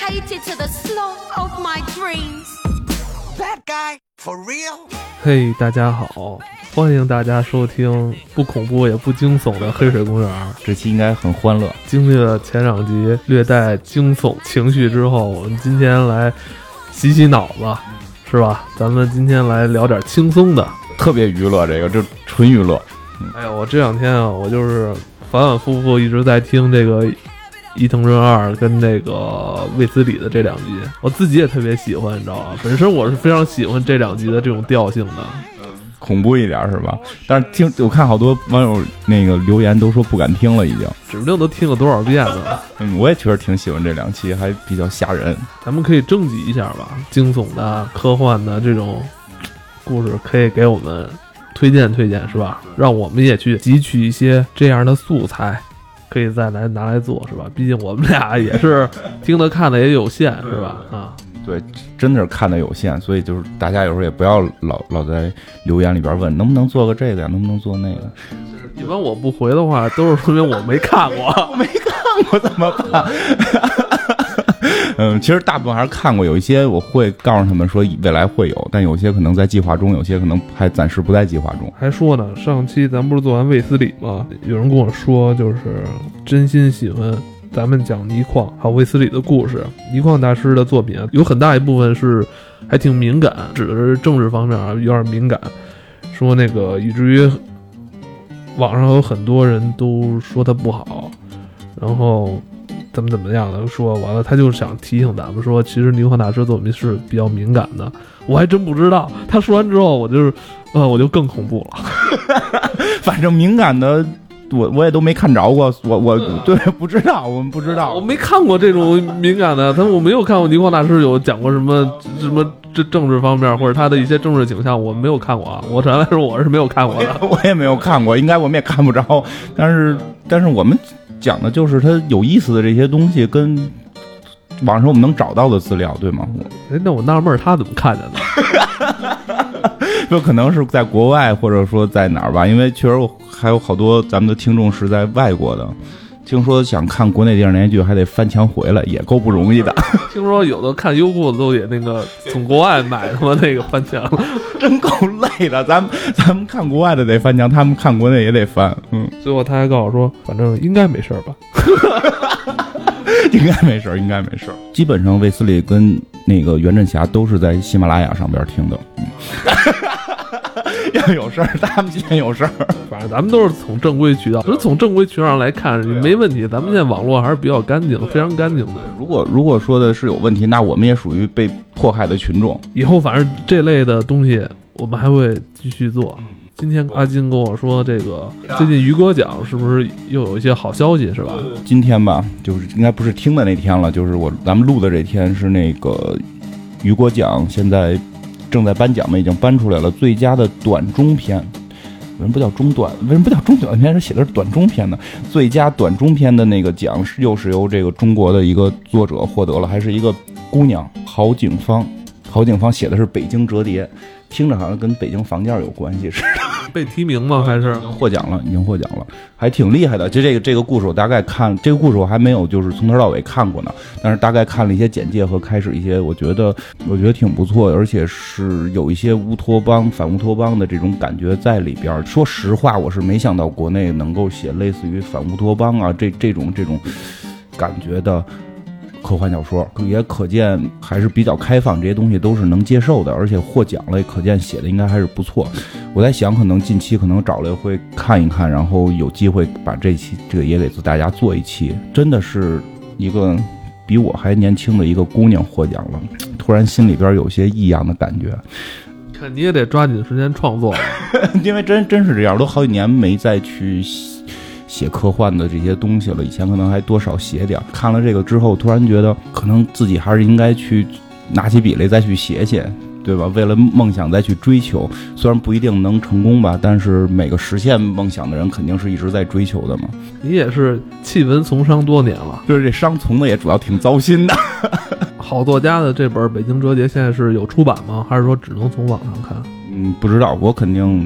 dedicated to the sloth of my dreams. That guy for real? 嘿，大家好，欢迎大家收听不恐怖也不惊悚的黑水公园。 这期应该很欢乐。 经历了前两集略带惊悚情绪之后，我们今天来洗洗脑子，是吧？咱们今天来聊点轻松的， 特别娱乐，这个就纯娱乐。 哎呀，我这两天啊，我就是反反复复一直在听这个伊藤润二跟那个卫斯理的这两集，我自己也特别喜欢，你知道吧？本身我是非常喜欢这两集的这种调性的， 恐怖一点是吧？但是我看好多网友那个留言都说不敢听了，已经指不定都听了多少遍了。 我也确实挺喜欢这两期，还比较吓人。 咱们可以征集一下吧，惊悚的、科幻的这种故事，可以给我们推荐推荐，是吧？让我们也去汲取一些这样的素材，可以再来拿来做，是吧？毕竟我们俩也是听的看的也有限，是吧？啊， 对，真的是看的有限，所以就是大家有时候也不要老在留言里边问能不能做个这个呀，能不能做那个。 一般我不回的话，都是说明我没看过， 我没看过怎么办？其实大部分还是看过，有一些我会告诉他们说未来会有，但有些可能在计划中，有些可能还暂时不在计划中。 还说呢，上期咱不是做完卫斯理吗？有人跟我说，就是真心喜欢咱们讲倪匡还有卫斯理的故事。倪匡大师的作品有很大一部分是还挺敏感，指的是政治方面啊有点敏感，说那个以至于网上有很多人都说他不好，然后怎么样的说完了，他就想提醒咱们说，其实倪匡大师作品是比较敏感的。我还真不知道，他说完之后，我就更恐怖了。 反正敏感的我也都没看着过，我对不知道，我们不知道， 我没看过这种敏感的，我没有看过倪匡大师有讲过什么这政治方面或者他的一些政治倾向，我没有看过啊。我坦白说我是没有看过的， 我也没有看过，应该我们也看不着。但是我们讲的就是他有意思的这些东西，跟网上我们能找到的资料，对吗？ 那我纳闷他怎么看见的？ 有可能是在国外，或者说在哪儿吧，因为确实还有好多咱们的听众是在外国的。听说想看国内电视连续剧还得翻墙回来，也够不容易的。 听说有的看优酷都得那个从国外买他妈那个翻墙， 真够累的。咱们看国外的得翻墙，他们看国内也得翻。 最后他还告诉我说，反正应该没事吧。 应该没事。基本上卫斯理跟那个袁振霞都是在喜马拉雅上边听的。要有事儿，他们今天有事儿。 反正咱们都是从正规渠道，从正规渠道上来看没问题。咱们现在网络还是比较干净，非常干净的。 如果说的是有问题，那我们也属于被迫害的群众。 以后反正这类的东西我们还会继续做。今天阿金跟我说，这个最近雨果奖是不是又有一些好消息，是吧？ 今天吧，就是应该不是听的那天了，就是咱们录的这天是那个雨果奖，现在正在颁奖嘛，已经颁出来了最佳的短中篇。为什么不叫中短？为什么不叫中短篇？写的是短中篇呢？最佳短中篇的那个奖又是由这个中国的一个作者获得了，还是一个姑娘郝景芳。郝景芳写的是《北京折叠》，听着好像跟北京房价有关系似的。 被提名吗？还是获奖了？已经获奖了，还挺厉害的。这个故事我大概看，这个故事我还没有就是从头到尾看过呢，但是大概看了一些简介和开始一些，我觉得挺不错的，而且是有一些乌托邦、反乌托邦的这种感觉在里边。说实话，我是没想到国内能够写类似于反乌托邦啊这种感觉的科幻小说，也可见还是比较开放，这些东西都是能接受的，而且获奖了，可见写的应该还是不错。我在想，可能近期可能找来会看一看，然后有机会把这个也给大家做一期。真的是一个比我还年轻的一个姑娘获奖了，突然心里边有些异样的感觉。 看你也得抓紧时间创作了。 因为真是这样，都好几年没再去写科幻的这些东西了，以前可能还多少写点，看了这个之后突然觉得可能自己还是应该去拿起笔来再去写，对吧？为了梦想再去追求，虽然不一定能成功吧，但是每个实现梦想的人肯定是一直在追求的嘛。 你也是弃文从商多年了， 就是这商从的也主要挺糟心的。 好作家的这本《北京折叠》现在是有出版吗？还是说只能从网上看？ 不知道，我肯定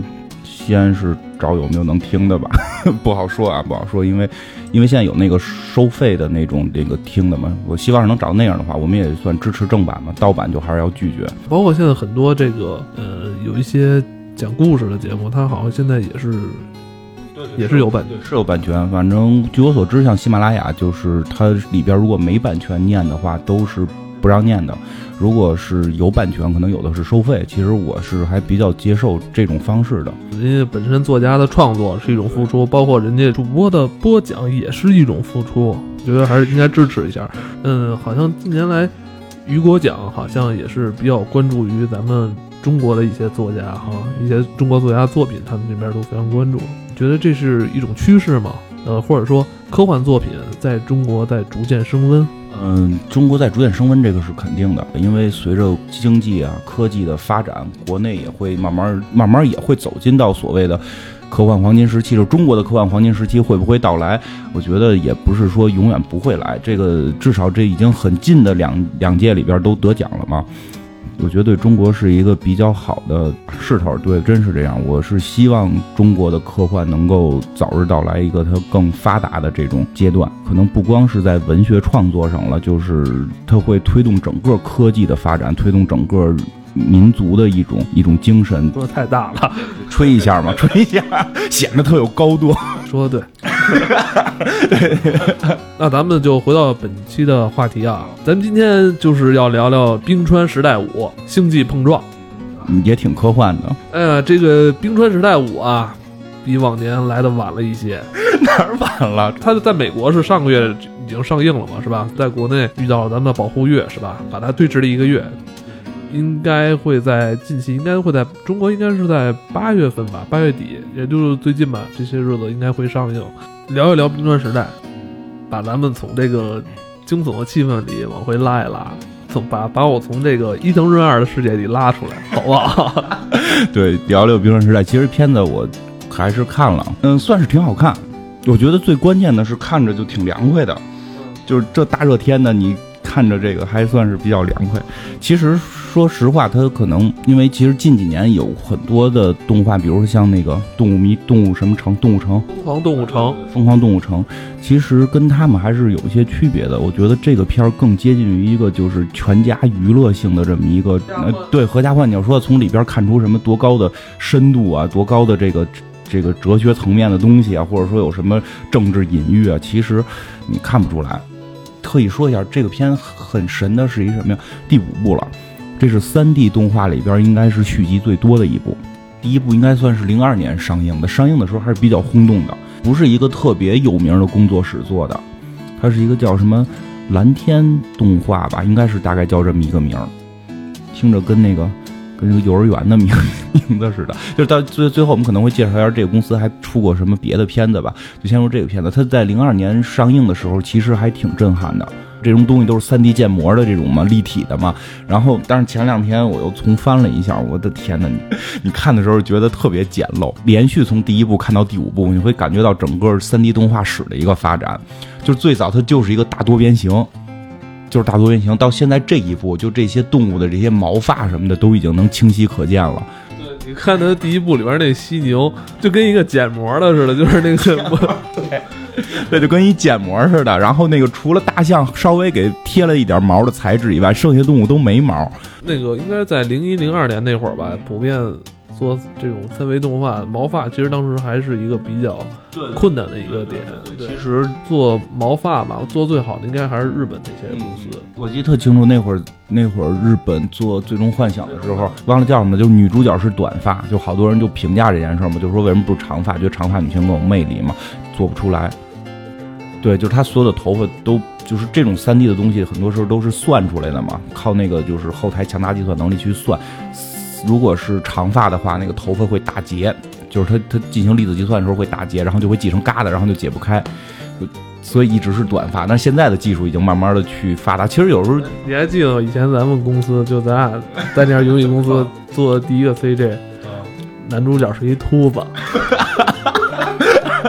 西安是找有没有能听的吧，不好说啊，不好说，因为现在有那个收费的那种这个听的嘛，我希望是能找那样的话，我们也算支持正版嘛，盗版就还是要拒绝。 包括现在很多这个有一些讲故事的节目，它好像现在也是有版权， 是有版权。反正据我所知，像喜马拉雅，就是它里边如果没版权念的话，都是不让念的。如果是有版权，可能有的是收费。其实我是还比较接受这种方式的。 人家本身作家的创作是一种付出，包括人家主播的播讲也是一种付出，我觉得还是应该支持一下。好像近年来雨果奖好像也是比较关注于咱们中国的一些作家哈，一些中国作家作品，他们这边都非常关注。你觉得这是一种趋势吗？或者说科幻作品在中国在逐渐升温？ 中国在逐渐升温，这个是肯定的，因为随着经济啊、科技的发展，国内也会慢慢也会走进到所谓的科幻黄金时期。就中国的科幻黄金时期会不会到来？我觉得也不是说永远不会来，这个至少这已经很近的两届里边都得奖了嘛。我觉得对中国是一个比较好的势头，对，真是这样。我是希望中国的科幻能够早日到来一个它更发达的这种阶段，可能不光是在文学创作上了，就是它会推动整个科技的发展，推动整个民族的一种精神。 说的太大了， 吹一下嘛，吹一下，显得特有高度。 说的对。那咱们就回到本期的话题啊，咱们今天就是要聊聊冰川时代5星际碰撞， 也挺科幻的。 这个冰川时代5啊，比往年来的晚了一些。 哪儿晚了？ 它在美国是上个月已经上映了嘛，是吧？在国内遇到了咱们的保护月，是吧？把它推迟了1个月。应该会在近期，应该会在中国，应该是在8月份吧，8月底，也就是最近吧，这些日子应该会上映。聊一聊冰川时代，把咱们从这个惊悚的气氛里往回拉一拉，把我从这个伊藤润二的世界里拉出来，好不好？ 对，聊聊冰川时代。其实片子我还是看了，算是挺好看。我觉得最关键的是看着就挺凉快的，就是这大热天的，你看着这个还算是比较凉快。其实说实话，它可能因为其实近几年有很多的动画，比如说像那个动物什么城、动物城、 疯狂动物城， 其实跟他们还是有一些区别的。我觉得这个片儿更接近于一个就是全家娱乐性的这么一个，对，合家欢。你要说从里边看出什么多高的深度啊，多高的这个哲学层面的东西啊，或者说有什么政治隐喻啊，其实你看不出来。特意说一下，这个片很神的是一什么呀？第5部了，这是3D 动画里边应该是续集最多的一部。第1部应该算是02年上映的，上映的时候还是比较轰动的，不是一个特别有名的工作室做的，它是一个叫什么蓝天动画吧，应该是大概叫这么一个名，听着跟那个幼儿园的名字似的。就是到最后我们可能会介绍一下这个公司还出过什么别的片子吧。就先说这个片子，它在02年上映的时候其实还挺震撼的。这种东西都是3D 建模的这种嘛，立体的嘛。然后但是前2天我又重翻了一下，我的天哪，你看的时候觉得特别简陋，连续从第1部看到第5部，你会感觉到整个3D 动画史的一个发展。就是最早它就是一个大多边形，到现在这一步，就这些动物的这些毛发什么的都已经能清晰可见了。 对，你看它第1部里边那犀牛就跟一个建模的似的，就是那个对，就跟一建模似的。然后那个除了大象稍微给贴了一点毛的材质以外，剩下动物都没毛。 那个应该在01、02年那会儿吧，普遍做这种3维动画，毛发其实当时还是一个比较困难的一个点。其实做毛发嘛，做最好的应该还是日本那些公司。 我记得特清楚，那会儿日本做《最终幻想》的时候，忘了叫什么，就是女主角是短发，就好多人就评价这件事嘛，就说为什么不是长发，觉得长发女性更有魅力嘛，做不出来。对，就是她所有的头发都就是这种3D 的东西，很多时候都是算出来的嘛，靠那个就是后台强大计算能力去算。如果是长发的话，那个头发会打结，就是它进行粒子计算的时候会打结，然后就会挤成疙瘩，然后就解不开，所以一直是短发。但是现在的技术已经慢慢的去发达。其实有时候你还记得以前咱们公司就咱俩在那家游戏公司做的第一个 CG，男主角是一秃子。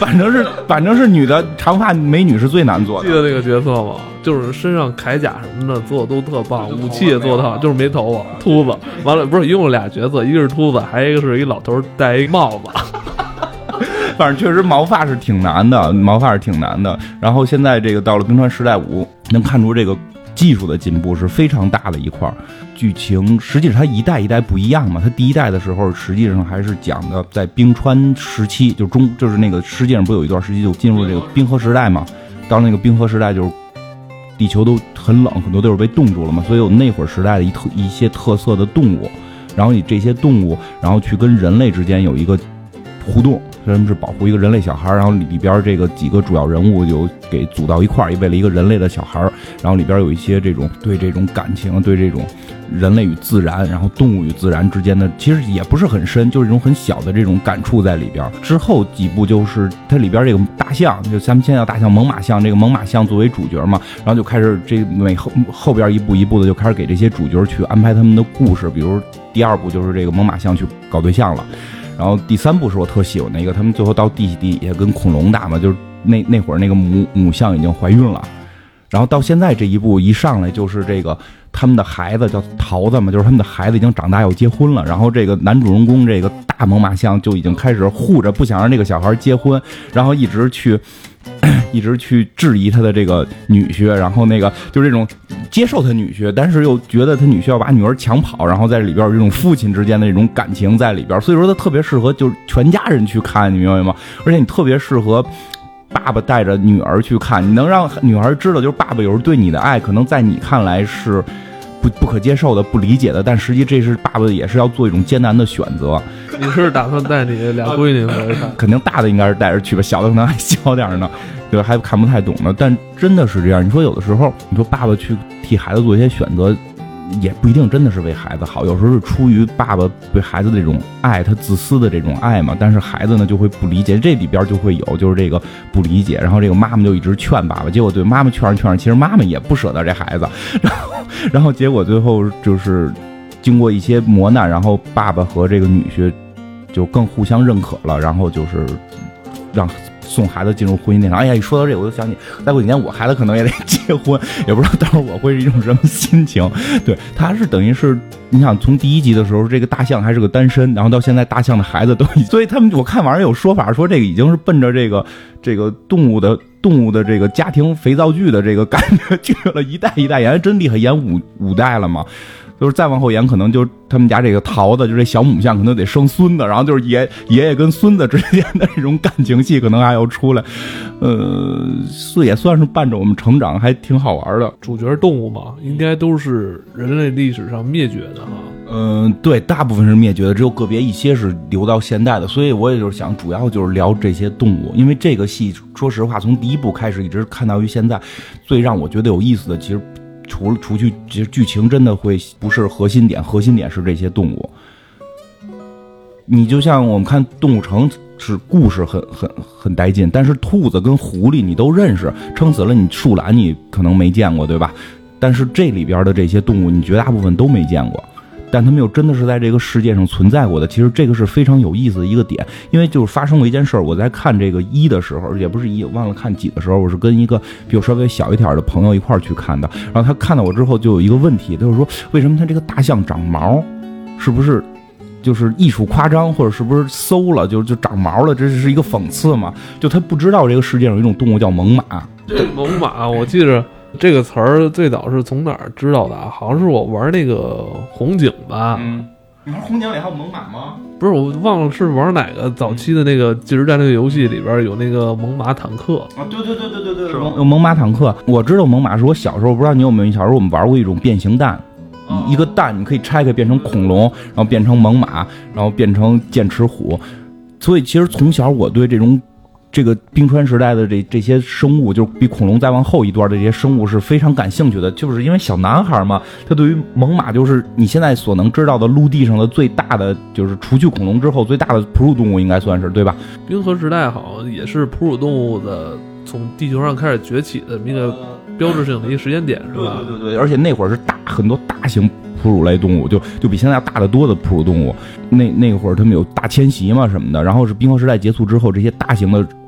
反正是女的长发美女是最难做的。 记得那个角色吗？就是身上铠甲什么的做的都特棒，武器也做得好，就是没头发，秃子。完了不是一共俩角色，一个是秃子，还有一个是一老头戴一帽子。 反正确实毛发是挺难的。然后现在这个到了冰川时代5，能看出这个技术的进步是非常大的一块。剧情实际上它一代一代不一样嘛，它第一代的时候实际上还是讲的在冰川时期，就是那个世界上不有一段时期就进入这个冰河时代嘛。到了那个冰河时代，就是地球都很冷，很多都是被冻住了嘛，所以有那会儿时代的一些特色的动物，然后以这些动物，然后去跟人类之间有一个互动。他们是保护一个人类小孩，然后里边这个几个主要人物就给组到一块儿，为了一个人类的小孩，然后里边有一些这种对这种感情，对这种人类与自然，然后动物与自然之间的，其实也不是很深，就是这种很小的这种感触在里边。之后几部就是它里边这个大象，就咱们现在叫大象猛犸象，这个猛犸象作为主角嘛，然后就开始这后边一步一步的就开始给这些主角去安排他们的故事，比如第2部就是这个猛犸象去搞对象了。然后第3部是我特喜欢的一个，他们最后到地下跟恐龙打嘛，就是那会儿那个母象已经怀孕了，然后到现在这一部一上来就是这个他们的孩子叫桃子嘛，就是他们的孩子已经长大要结婚了，然后这个男主人公这个大猛犸象就已经开始护着不想让这个小孩结婚，然后一直去质疑他的这个女婿，然后那个就是这种接受他女婿，但是又觉得他女婿要把女儿抢跑，然后在里边有这种父亲之间的这种感情在里边，所以说他特别适合就是全家人去看，你明白吗？而且你特别适合爸爸带着女儿去看，你能让女儿知道就是爸爸有时候对你的爱可能在你看来是不可接受的、不理解的，但实际这是爸爸也是要做一种艰难的选择。 你是打算带你俩闺女回去看？ 肯定大的应该是带着去吧，小的可能还小点呢，对吧？还看不太懂呢。但真的是这样，你说有的时候，你说爸爸去替孩子做一些选择，也不一定真的是为孩子好，有时候是出于爸爸对孩子的这种爱，他自私的这种爱嘛。但是孩子呢就会不理解，这里边就会有就是这个不理解，然后这个妈妈就一直劝爸爸，结果对妈妈劝着，其实妈妈也不舍得这孩子，然后结果最后就是经过一些磨难，然后爸爸和这个女婿就更互相认可了，然后就是让送孩子进入婚姻殿堂。哎呀，一说到这个，我就想起再过几年我孩子可能也得结婚，也不知道到时候我会是一种什么心情。对，他是等于是你想从第1集的时候，这个大象还是个单身，然后到现在大象的孩子都，所以他们我看网上有说法说这个已经是奔着这个动物的这个家庭肥皂剧的这个感觉去了，一代一代演，真厉害，演五代了嘛。就是再往后演，可能就他们家这个桃子，就这小母象可能得生孙子，然后就是爷爷跟孙子之间的这种感情戏可能还要出来，也算是伴着我们成长，还挺好玩的。 主角动物嘛，应该都是人类历史上灭绝的哈。 对，大部分是灭绝的，只有个别一些是留到现代的。所以我也就是想，主要就是聊这些动物，因为这个戏说实话，从第1部开始一直看到于现在，最让我觉得有意思的，其实除去其实剧情真的会不是核心点，核心点是这些动物。你就像我们看动物城是故事很带劲，但是兔子跟狐狸你都认识，撑死了你树懒你可能没见过，对吧？但是这里边的这些动物你绝大部分都没见过，但他们又真的是在这个世界上存在过的。其实这个是非常有意思的一个点，因为就是发生过一件事儿，我在看这个1的时候，也不是1，忘了看几的时候，我是跟一个比我稍微小一点的朋友一块儿去看的，然后他看到我之后就有一个问题，就是说为什么他这个大象长毛，是不是就是艺术夸张，或者是不是馊了，就长毛了，这是一个讽刺嘛？就他不知道这个世界上有一种动物叫猛犸。 猛犸，我记着这个词儿最早是从哪儿知道的？好像是我玩那个红警吧。 你玩红警里还有猛犸吗？ 不是，我忘了是玩哪个早期的那个即时战略游戏里边有那个猛犸坦克啊。对，有猛犸坦克。我知道猛犸是我小时候，不知道你有没有，小时候我们玩过一种变形弹。一个蛋你可以拆开变成恐龙，然后变成猛犸，然后变成剑齿虎。所以其实从小我对这个冰川时代的这些生物，就是比恐龙再往后一段的这些生物是非常感兴趣的，就是因为小男孩嘛，他对于猛犸就是你现在所能知道的陆地上的最大的，就是除去恐龙之后最大的哺乳动物，应该算是对吧？ 冰河时代好像也是哺乳动物的从地球上开始崛起的一个标志性的一个时间点，是吧？ 对，而且那会儿是很多大型哺乳类动物，就比现在要大得多的哺乳动物。那会儿他们有大迁徙嘛什么的，然后是冰河时代结束之后，这些大型的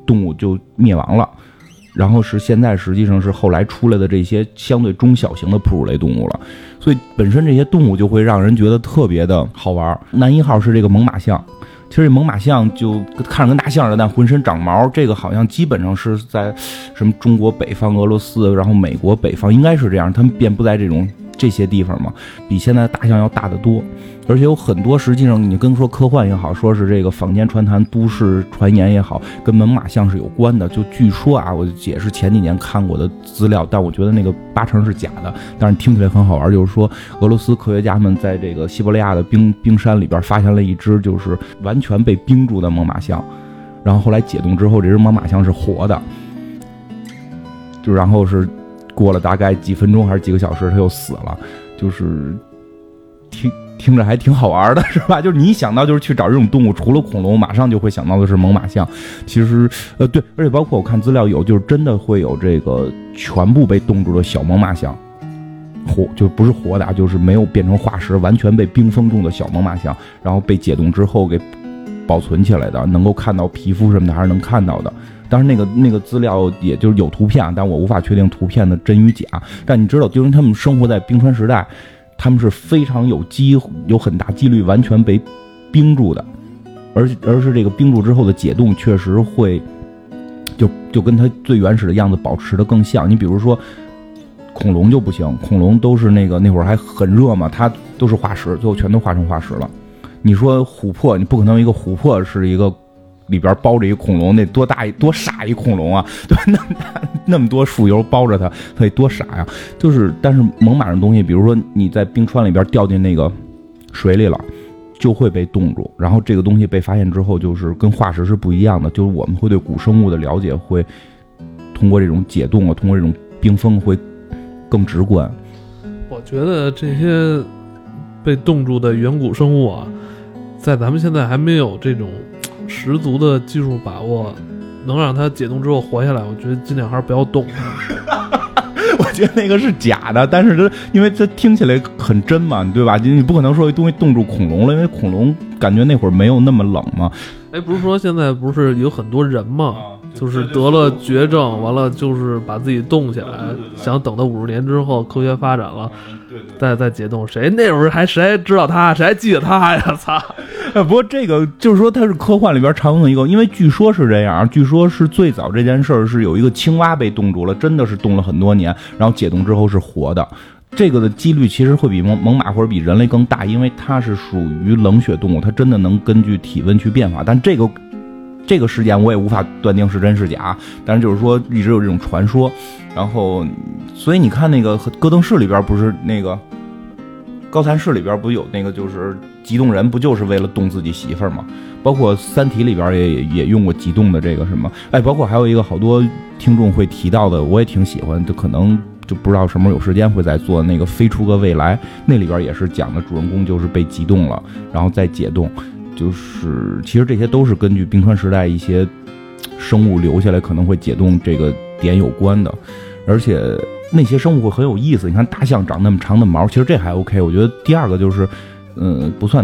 动物就灭亡了。然后是现在实际上是后来出来的这些相对中小型的哺乳类动物了，所以本身这些动物就会让人觉得特别的好玩。男一号是这个猛犸象，其实这猛犸象就看着跟大象似的，但浑身长毛，这个好像基本上是在什么中国北方、俄罗斯，然后美国北方应该是这样，它们遍布在这些地方嘛，比现在的大象要大得多。而且有很多实际上你跟说科幻也好，说是这个坊间传谈都市传言也好，跟猛犸象是有关的。就据说啊，我也是前几年看过的资料，但我觉得那个80%是假的，但是听起来很好玩。就是说俄罗斯科学家们在这个西伯利亚的冰山里边发现了一只就是完全被冰住的猛犸象，然后后来解冻之后，这只猛犸象是活的，就然后是过了大概几分钟还是几个小时，它又死了，就是听着还挺好玩的，是吧？就是你一想到就是去找这种动物，除了恐龙，马上就会想到的是猛犸象。其实对，而且包括我看资料有，就是真的会有这个全部被冻住的小猛犸象，就不是活的，就是没有变成化石，完全被冰封住的小猛犸象，然后被解冻之后给保存起来的，能够看到皮肤什么的还是能看到的。当然那个资料也就是有图片，但我无法确定图片的真与假。但你知道，因为他们生活在冰川时代，他们是非常有很大几率完全被冰住的，而是这个冰住之后的解冻确实会就跟它最原始的样子保持的更像。你比如说恐龙就不行，恐龙都是那会儿还很热嘛，它都是化石，最后全都化成化石了。你说琥珀，你不可能一个琥珀是一个里边包着一个恐龙，那多大多傻一恐龙啊，对吧？那么多树油包着它得多傻呀！但是猛犸的东西，比如说你在冰川里边掉进那个水里了，就会被冻住。然后这个东西被发现之后，就是跟化石是不一样的，就是我们会对古生物的了解会通过这种解冻啊，通过这种冰封会更直观。 我觉得这些被冻住的远古生物啊，在咱们现在还没有这种十足的技术把握，能让它解冻之后活下来，我觉得尽量还是不要动。 我觉得那个是假的，但是因为这听起来很真嘛，对吧？你不可能说一东西冻住恐龙了，因为恐龙感觉那会儿没有那么冷嘛。 哎，不是说现在不是有很多人嘛，就是得了绝症，完了就是把自己冻起来，想等到50年之后科学发展了，再解冻。谁那会儿谁还知道他，谁还记得他呀？操！ 不过这个就是说它是科幻里边常用的一个，因为据说是这样，据说是最早这件事儿是有一个青蛙被冻住了，真的是冻了很多年，然后解冻之后是活的。这个的几率其实会比猛犸或者比人类更大，因为它是属于冷血动物，它真的能根据体温去变化。但这个事件我也无法断定是真是假，但是就是说一直有这种传说。然后所以你看那个戈登市里边不是那个高谭市里边不有那个就是极冻人，不就是为了冻自己媳妇儿吗？包括三体里边也用过极冻的这个什么，哎，包括还有一个好多听众会提到的，我也挺喜欢，就可能就不知道什么时候有时间会再做那个飞出个未来，那里边也是讲的主人公就是被极冻了，然后再解冻，就是其实这些都是根据冰川时代一些生物留下来可能会解冻这个点有关的，而且那些生物会很有意思。你看大象长那么长的毛，其实这还 OK。我觉得第二个就是，不算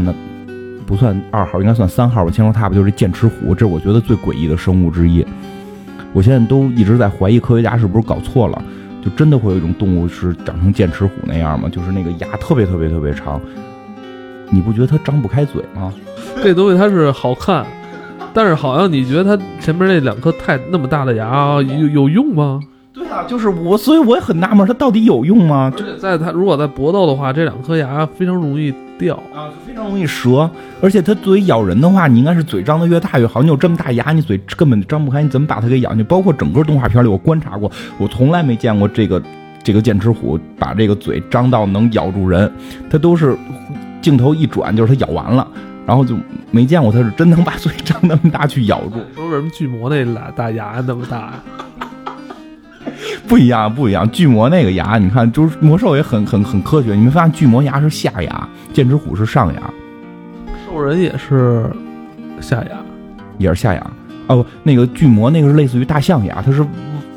2号，应该算3号吧。千手踏吧就是剑齿虎，这是我觉得最诡异的生物之一。我现在都一直在怀疑科学家是不是搞错了，就真的会有一种动物是长成剑齿虎那样吗？就是那个牙特别特别特别长，你不觉得它张不开嘴吗？ 这东西它是好看，但是好像你觉得它前面那2颗那么大的牙有用吗？ 对啊，就是所以我也很纳闷，它到底有用吗？ 它如果在搏斗的话，这2颗牙非常容易掉啊，非常容易折。而且它嘴咬人的话，你应该是嘴张得越大越好。你有这么大牙，你嘴根本张不开，你怎么把它给咬进去？包括整个动画片里，我观察过，我从来没见过这个剑齿虎把这个嘴张到能咬住人，它都是镜头一转就是它咬完了。然后就没见过它是真能把嘴张那么大去咬住。 说为什么巨魔那大牙那么大呀？ 不一样，巨魔那个牙，你看，就是魔兽也很科学。你们发现巨魔牙是下牙，剑齿虎是上牙， 兽人也是下牙， 也是下牙。哦，那个巨魔那个是类似于大象牙，它是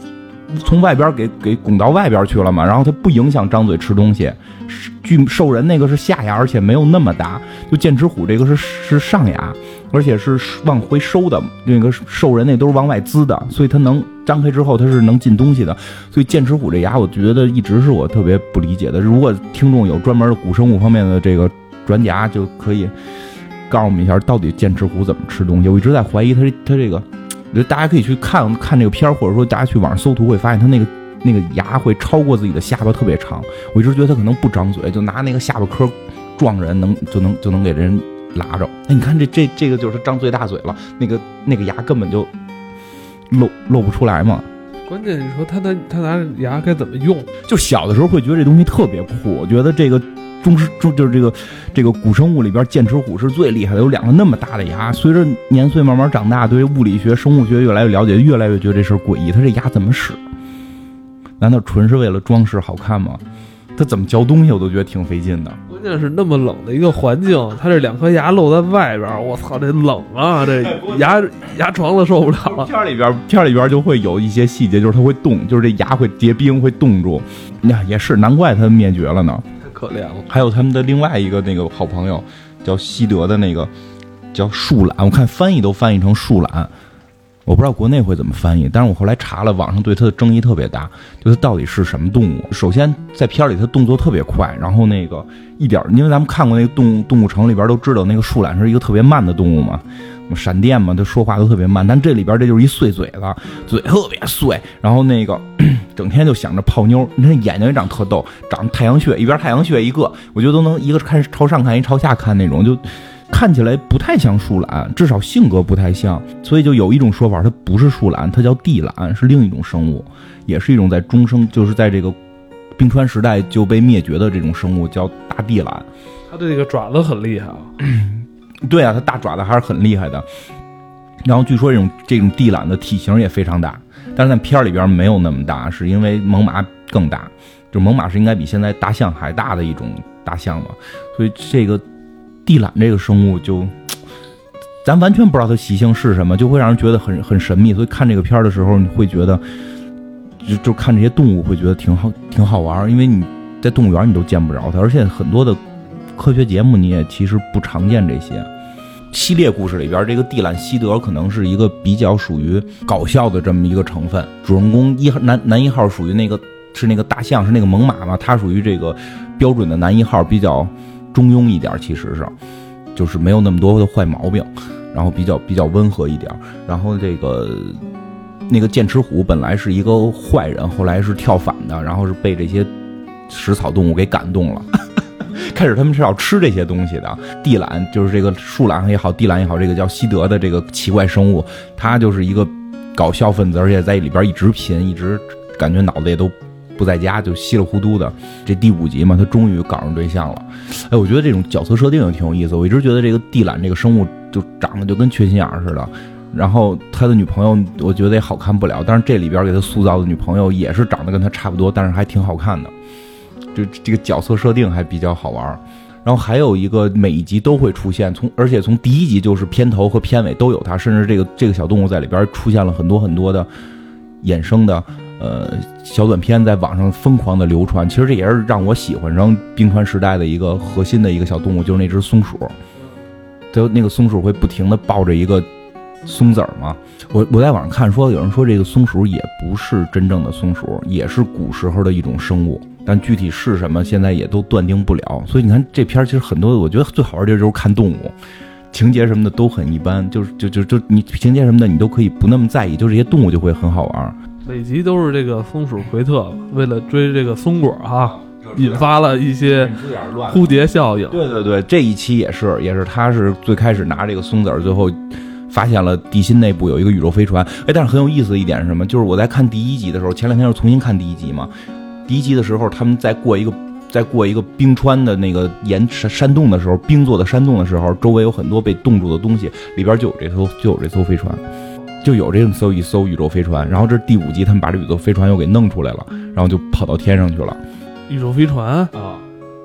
从外边给拱到外边去了嘛，然后它不影响张嘴吃东西。据兽人那个是下牙，而且没有那么大，就剑齿虎这个是上牙，而且是往回收的，那个兽人那都是往外滋的，所以它能张开之后它是能进东西的。所以剑齿虎这牙我觉得一直是我特别不理解的，如果听众有专门的古生物方面的这个专家，就可以告诉我们一下到底剑齿虎怎么吃东西。我一直在怀疑它这个，我觉得大家可以去看这个片，或者说大家去网上搜图会发现它那个牙会超过自己的下巴特别长。我一直觉得它可能不张嘴，就拿那个下巴颏撞人就能给人拉着。哎，你看这个就是张最大嘴了，那个牙根本就露不出来嘛。 关键你说他拿牙该怎么用？ 就小的时候会觉得这东西特别酷，我觉得这个就是这个古生物里边剑齿虎是最厉害的，有2个那么大的牙。随着年岁慢慢长大，对物理学、生物学越来越了解，越来越觉得这事诡异。它这牙怎么使？难道纯是为了装饰好看吗？它怎么嚼东西我都觉得挺费劲的。 关键是那么冷的一个环境，它这2颗牙露在外边，我操，这冷啊，这牙床都受不了了。 片里边就会有一些细节，就是它会动，就是这牙会结冰，会冻住。那也是难怪它灭绝了呢， 太可怜了。 还有他们的另外一个那个好朋友叫西德的那个叫树懒，我看翻译都翻译成树懒。我不知道国内会怎么翻译，但是我后来查了，网上对它的争议特别大，就它到底是什么动物。首先在片里它动作特别快，然后那个一点，因为咱们看过那个动物城里边都知道那个树懒是一个特别慢的动物嘛，闪电嘛，它说话都特别慢，但这里边这就是一碎嘴子，嘴特别碎，然后那个整天就想着泡妞，你看眼睛也长特逗，长太阳穴，一边太阳穴一个，我觉得都能一个看朝上看，一朝下看那种，就看起来不太像树懒，至少性格不太像，所以就有一种说法，它不是树懒，它叫地懒，是另一种生物，也是一种在中生，就是在这个冰川时代就被灭绝的这种生物，叫大地懒。 它这个爪子很厉害啊。 对啊，它大爪子还是很厉害的。然后据说这种地懒的体型也非常大，但是在片里边没有那么大，是因为猛犸更大，就猛犸是应该比现在大象还大的一种大象嘛，所以这个地懒这个生物就咱完全不知道它习性是什么，就会让人觉得很神秘。所以看这个片的时候，你会觉得就看这些动物会觉得挺好玩，因为你在动物园你都见不着它，而且很多的科学节目你也其实不常见这些。系列故事里边，这个地懒西德可能是一个比较属于搞笑的这么一个成分。主人公男一号属于那个大象，是那个猛犸嘛，他属于这个标准的男一号，比较中庸一点，其实是就是没有那么多的坏毛病，然后比较温和一点。然后那个剑齿虎本来是一个坏人，后来是跳反的，然后是被这些食草动物给感动了。开始他们是要吃这些东西的。地懒就是这个树懒也好，地懒也好，这个叫西德的这个奇怪生物，他就是一个搞笑分子，而且在里边一直贫，一直感觉脑子也都不在家，就稀里糊涂的。这第5集嘛，他终于搞上对象了。哎，我觉得这种角色设定也挺有意思。我一直觉得这个地懒这个生物就长得就跟缺心眼似的，然后他的女朋友我觉得也好看不了，但是这里边给他塑造的女朋友也是长得跟他差不多，但是还挺好看的。就这个角色设定还比较好玩。然后还有一个每一集都会出现，而且从第1集就是片头和片尾都有它，甚至这个小动物在里边出现了很多很多的衍生的小短片，在网上疯狂的流传。其实这也是让我喜欢上冰川时代的一个核心的一个小动物，就是那只松鼠。就那个松鼠会不停的抱着一个松子儿嘛。我在网上看说，有人说这个松鼠也不是真正的松鼠，也是古时候的一种生物，但具体是什么现在也都断定不了。所以你看这片其实很多我觉得最好玩的就是看动物，情节什么的都很一般，就你情节什么的你都可以不那么在意，就这些动物就会很好玩。 每集都是这个松鼠奎特为了追这个松果引发了一些蝴蝶效应。 对对对，这一期也是他是最开始拿这个松子儿，最后发现了地心内部有一个宇宙飞船。哎，但是很有意思的一点是什么？就是我在看第1集的时候，前2天又重新看第1集嘛。第1集的时候，他们在过一个冰川的那个山洞的时候，冰做的山洞的时候，周围有很多被冻住的东西，里边就有这艘飞船，就有这一艘宇宙飞船。然后这是第5集，他们把这宇宙飞船又给弄出来了，然后就跑到天上去了。 宇宙飞船啊，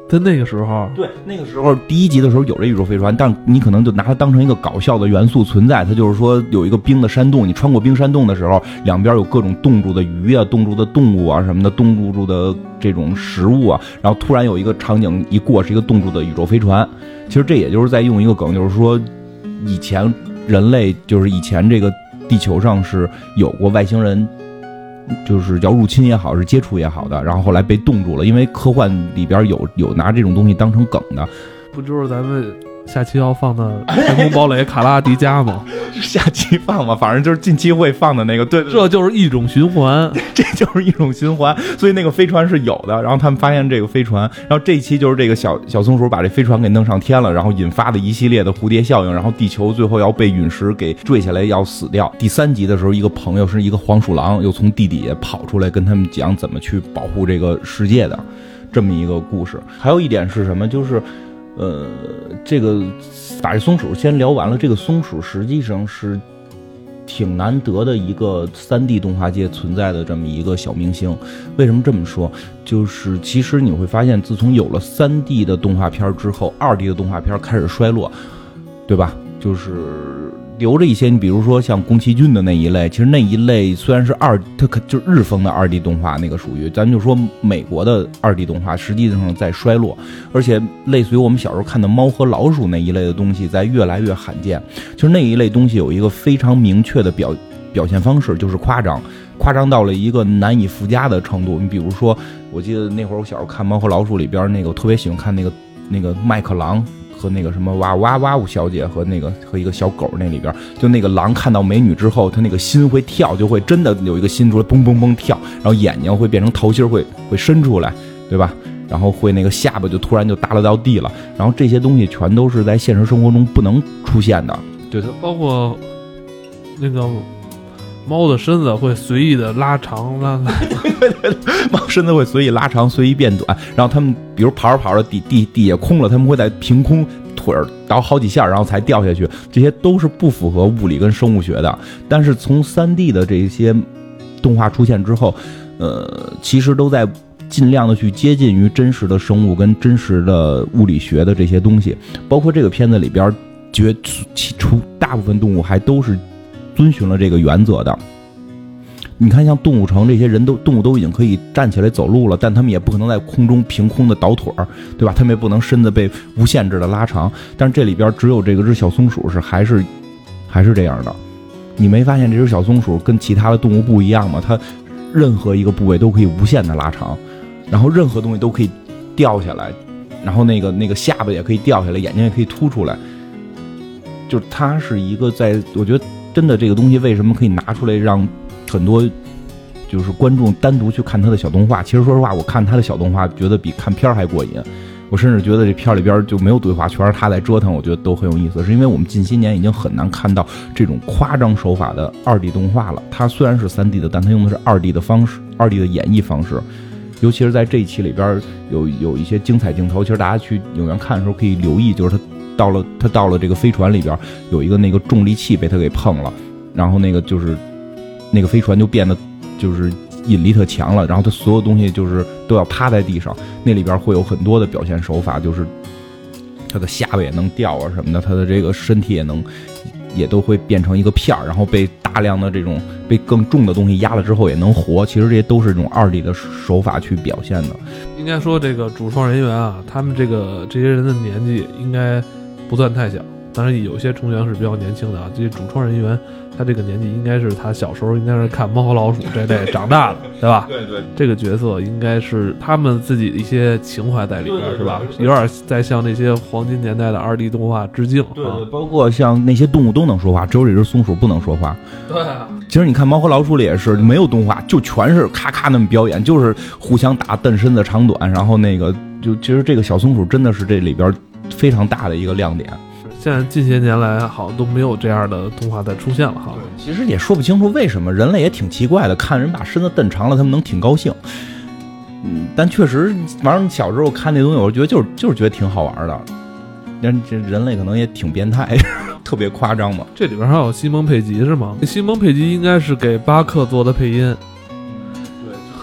在那个时候， 对，那个时候第一集的时候有这宇宙飞船，但你可能就拿它当成一个搞笑的元素存在。它就是说有一个冰的山洞，你穿过冰山洞的时候，两边有各种冻住的鱼啊、冻住的动物啊什么的，冻住的这种食物啊，然后突然有一个场景一过是一个冻住的宇宙飞船。其实这也就是在用一个梗，就是说以前人类就是以前这个地球上是有过外星人。就是叫入侵也好，是接触也好的，然后后来被冻住了，因为科幻里边有拿这种东西当成梗的， 不就是咱们下期要放的《太空堡垒卡拉迪加》吗？ 下期放吧，反正就是近期会放的那个，对， 这就是一种循环， 这就是一种循环。所以那个飞船是有的，然后他们发现这个飞船，然后这一期就是这个小松鼠把这飞船给弄上天了，然后引发的一系列的蝴蝶效应，然后地球最后要被陨石给坠下来，要死掉。第3集的时候，一个朋友是一个黄鼠狼，又从地底下跑出来，跟他们讲怎么去保护这个世界的这么一个故事。还有一点是什么？就是这个把这松鼠先聊完了。这个松鼠实际上是挺难得的一个3D 动画界存在的这么一个小明星。为什么这么说？就是其实你会发现，自从有了3D 的动画片之后，2D 的动画片开始衰落，对吧？就是留着一些，你比如说像宫崎骏的那一类，其实那一类虽然是它可就是日风的2D 动画，那个属于咱就说美国的2D 动画，实际上在衰落，而且类似于我们小时候看的猫和老鼠那一类的东西，在越来越罕见。就是那一类东西有一个非常明确的表现方式，就是夸张到了一个难以附加的程度。你比如说，我记得那会儿我小时候看猫和老鼠里边那个，我特别喜欢看那个麦克狼。和那个什么哇哇哇呜小姐和一个小狗，那里边就那个狼看到美女之后，它那个心会跳，就会真的有一个心出来蹦蹦蹦跳，然后眼睛会变成桃心会伸出来，对吧？然后会那个下巴就突然就耷拉到地了，然后这些东西全都是在现实生活中不能出现的。 对，它包括那个猫的身子会随意的拉长， 对，猫身子会随意拉长，随意变短。然后他们比如跑着跑着地下空了，他们会在凭空腿儿倒好几下，然后才掉下去。这些都是不符合物理跟生物学的。但是从3D 的这些动画出现之后，其实都在尽量的去接近于真实的生物跟真实的物理学的这些东西。包括这个片子里边，大部分动物还都是遵循了这个原则的。你看像动物城这些动物都已经可以站起来走路了，但他们也不可能在空中凭空的倒腿儿，对吧？他们也不能身子被无限制的拉长。但是这里边只有这个只小松鼠是还是这样的。你没发现这只小松鼠跟其他的动物不一样吗？它任何一个部位都可以无限的拉长，然后任何东西都可以掉下来，然后那个下巴也可以掉下来，眼睛也可以凸出来。就是它是一个我觉得真的这个东西为什么可以拿出来让很多就是观众单独去看他的小动画。其实说实话，我看他的小动画觉得比看片还过瘾。我甚至觉得这片里边就没有对话，全是他在折腾，我觉得都很有意思。是因为我们近些年已经很难看到这种夸张手法的2D 动画了。它虽然是3D 的，但它用的是2D 的方式，2D 的演绎方式。尤其是在这一期里边有一些精彩镜头，其实大家去影院看的时候可以留意，就是他到了这个飞船里边，有一个那个重力器被他给碰了，然后那个就是那个飞船就变得就是引力特强了，然后它所有东西就是都要趴在地上。那里边会有很多的表现手法，就是它的下巴也能掉啊什么的，它的这个身体也都会变成一个片儿，然后被大量的这种被更重的东西压了之后也能活。其实这些都是这种2D 的手法去表现的。 应该说这个主创人员啊，他们这些人的年纪应该不算太小，当然有些成员是比较年轻的啊。这些主创人员他这个年纪应该是他小时候应该是看猫和老鼠这类长大的，对吧？ 对对， 这个角色应该是他们自己的一些情怀在里边，是吧？有点在向那些黄金年代的2D 动画致敬。 对，包括像那些动物都能说话，只有这只松鼠不能说话。 对啊， 其实你看猫和老鼠里也是没有动画，就全是咔咔那么表演，就是互相打蹬身子长短，然后那个其实这个小松鼠真的是这里边非常大的一个亮点。 现在近些年来好像都没有这样的动画再出现了哈。 其实也说不清楚为什么，人类也挺奇怪的，看人把身子蹬长了，他们能挺高兴。但确实，反正小时候看那东西，我觉得就是觉得挺好玩的。但这人类可能也挺变态，特别夸张嘛。 这里边还有西蒙佩吉是吗？西蒙佩吉应该是给巴克做的配音。对，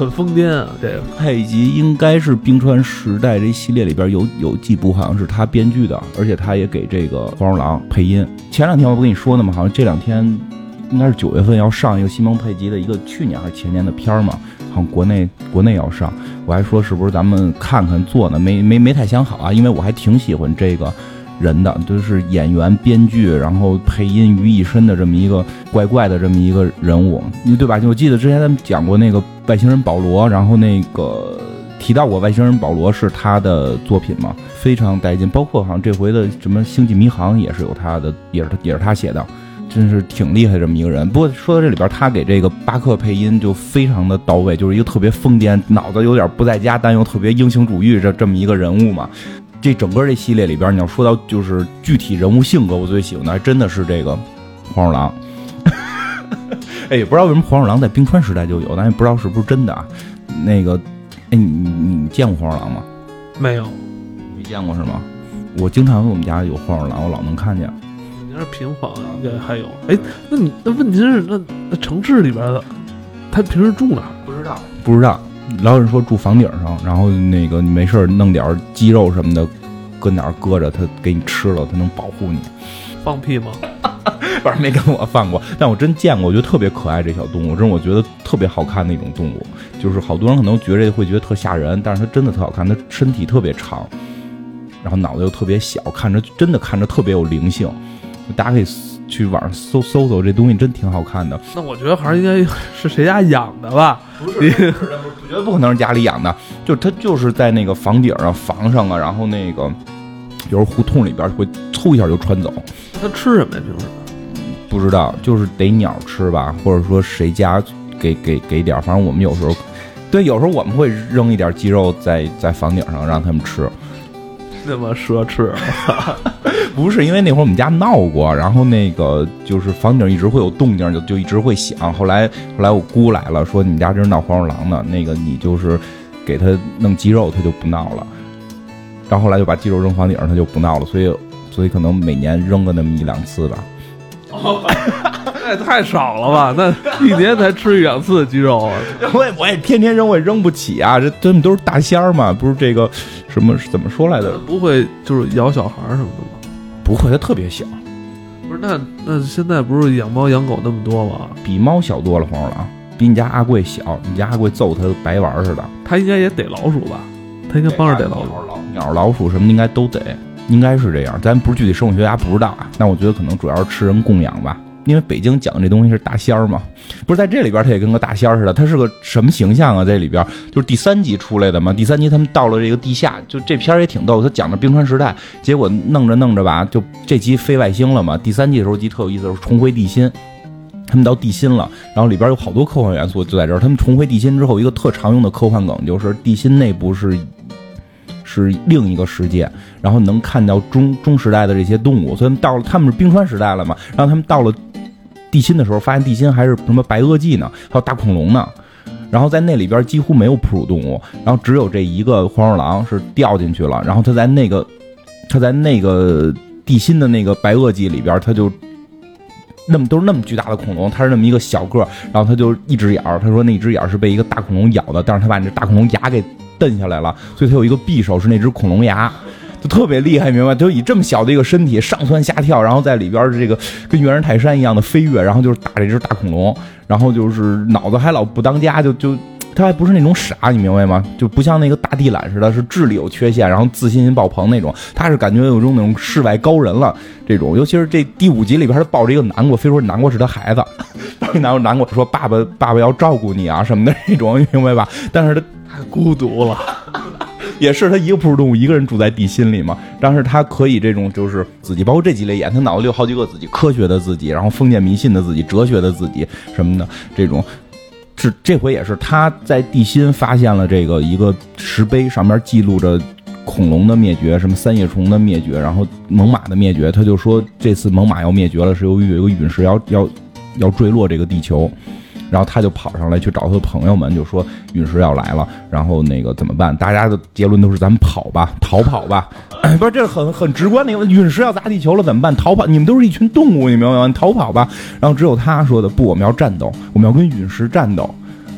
很疯癫啊。这个佩吉应该是冰川时代这系列里边有几部好像是他编剧的，而且他也给这个黄鼠狼配音。前两天我不跟你说呢吗？好像这两天应该是9月份要上一个西蒙佩吉的一个去年还是前年的片嘛，好像国内要上。我还说是不是咱们看看做呢？没太想好啊，因为我还挺喜欢这个人的，就是演员、编剧，然后配音于一身的这么一个怪怪的这么一个人物，对吧？我记得之前咱们讲过那个外星人保罗，然后那个提到过外星人保罗是他的作品嘛，非常带劲。包括好像这回的什么星际迷航也是有他的，也是他写的。真是挺厉害这么一个人。不过说到这里边，他给这个巴克配音就非常的到位，就是一个特别疯癫、脑子有点不在家，但又特别英雄主义这么一个人物嘛。这整个这系列里边，你要说到就是具体人物性格，我最喜欢的还真的是这个黄鼠狼。哎，也不知道为什么黄鼠狼在冰川时代就有，但也不知道是不是真的啊。那个，哎，你见过黄鼠狼吗？ 没有， 没见过是吗？我经常我们家有黄鼠狼，我老能看见。 你要是平房应该还有。哎，那问题是那城市里边的，他平时住哪儿？不知道。老有人说住房顶上，然后那个你没事弄点鸡肉什么的，搁哪儿搁着，他给你吃了，他能保护你。放屁吗？反正没跟我放过，但我真见过，我觉得特别可爱这小动物，真是我觉得特别好看的一种动物。就是好多人可能觉得会觉得特吓人，但是它真的特好看，它身体特别长，然后脑袋又特别小，真的看着特别有灵性。大家可以去网上搜这东西，真挺好看的。那我觉得还是应该是谁家养的吧？不是，我觉得不可能是家里养的，就它就是在那个房顶上、房上啊，然后那个有时候胡同里边会嗖一下就穿走。它吃什么呀？平时不知道，就是逮鸟吃吧，或者说谁家给点，反正我们有时候我们会扔一点鸡肉在房顶上让他们吃。那么奢侈？不是，因为那会儿我们家闹过，然后那个就是房顶一直会有动静，就一直会响。后来我姑来了，说你们家这是闹黄鼠狼呢，那个你就是给他弄鸡肉，他就不闹了。然后后来就把鸡肉扔房顶上，他就不闹了。所以可能每年扔个那么1-2次吧。哦，那也太少了吧？那一年才吃1-2次鸡肉啊！我也天天扔，我也扔不起啊！这真的都是大仙儿嘛，不是这个什么怎么说来的？不会就是咬小孩什么的吗？不会，它特别小。不是，那现在不是养猫养狗那么多吗？比猫小多了，黄鼠狼比你家阿贵小，你家阿贵揍它白玩似的。他应该也逮老鼠吧？他应该帮着逮老鼠、鸟、老鼠什么的应该都逮。应该是这样，咱不是具体生物学家不知道啊。那我觉得可能主要是吃人供养吧，因为北京讲这东西是大仙儿嘛，不是在这里边它也跟个大仙儿似的，它是个什么形象啊？这里边就是第3集出来的嘛，第3集他们到了这个地下，就这片儿也挺逗，他讲的冰川时代，结果弄着吧，就这集飞外星了嘛。第3集的时候集特有意思，是重回地心。他们到地心了，然后里边有好多科幻元素就在这儿。他们重回地心之后，一个特常用的科幻梗就是地心内部是另一个世界，然后能看到中时代的这些动物，所以他们是冰川时代了嘛，然后他们到了地心的时候，发现地心还是什么白垩纪呢，还有大恐龙呢，然后在那里边几乎没有哺乳动物，然后只有这一个黄鼠狼是掉进去了，然后他在那个地心的那个白垩纪里边，他就都是那么巨大的恐龙，他是那么一个小个，然后他就一只眼，他说那一只眼是被一个大恐龙咬的，但是他把那大恐龙牙给蹬下来了，所以他有一个匕首是那只恐龙牙，就特别厉害，明白？就以这么小的一个身体上蹿下跳，然后在里边这个跟猿人泰山一样的飞跃，然后就是打这只大恐龙，然后就是脑子还老不当家，就他还不是那种傻，你明白吗？就不像那个大地懒似的，是智力有缺陷，然后自信心爆棚那种，他是感觉有种那种世外高人了这种。尤其是这第5集里边，他抱着一个南瓜，非说南瓜是他孩子，南瓜说爸爸要照顾你啊什么的那种，你明白吧？但是他太孤独了。也是他一个哺乳动物，一个人住在地心里嘛。但是他可以这种就是自己，包括这集里演，他脑子里有好几个自己，科学的自己，然后封建迷信的自己，哲学的自己什么的这种。这回也是他在地心发现了这个一个石碑，上面记录着恐龙的灭绝，什么三叶虫的灭绝，然后猛犸的灭绝。他就说这次猛犸要灭绝了，是由于有一个陨石要坠落这个地球。然后他就跑上来去找他的朋友们，就说陨石要来了，然后那个怎么办？大家的结论都是咱们跑吧，逃跑吧。不是，这是很直观的一个，陨石要砸地球了怎么办？逃跑！你们都是一群动物，你明白吗？逃跑吧。然后只有他说的不，我们要战斗，我们要跟陨石战斗。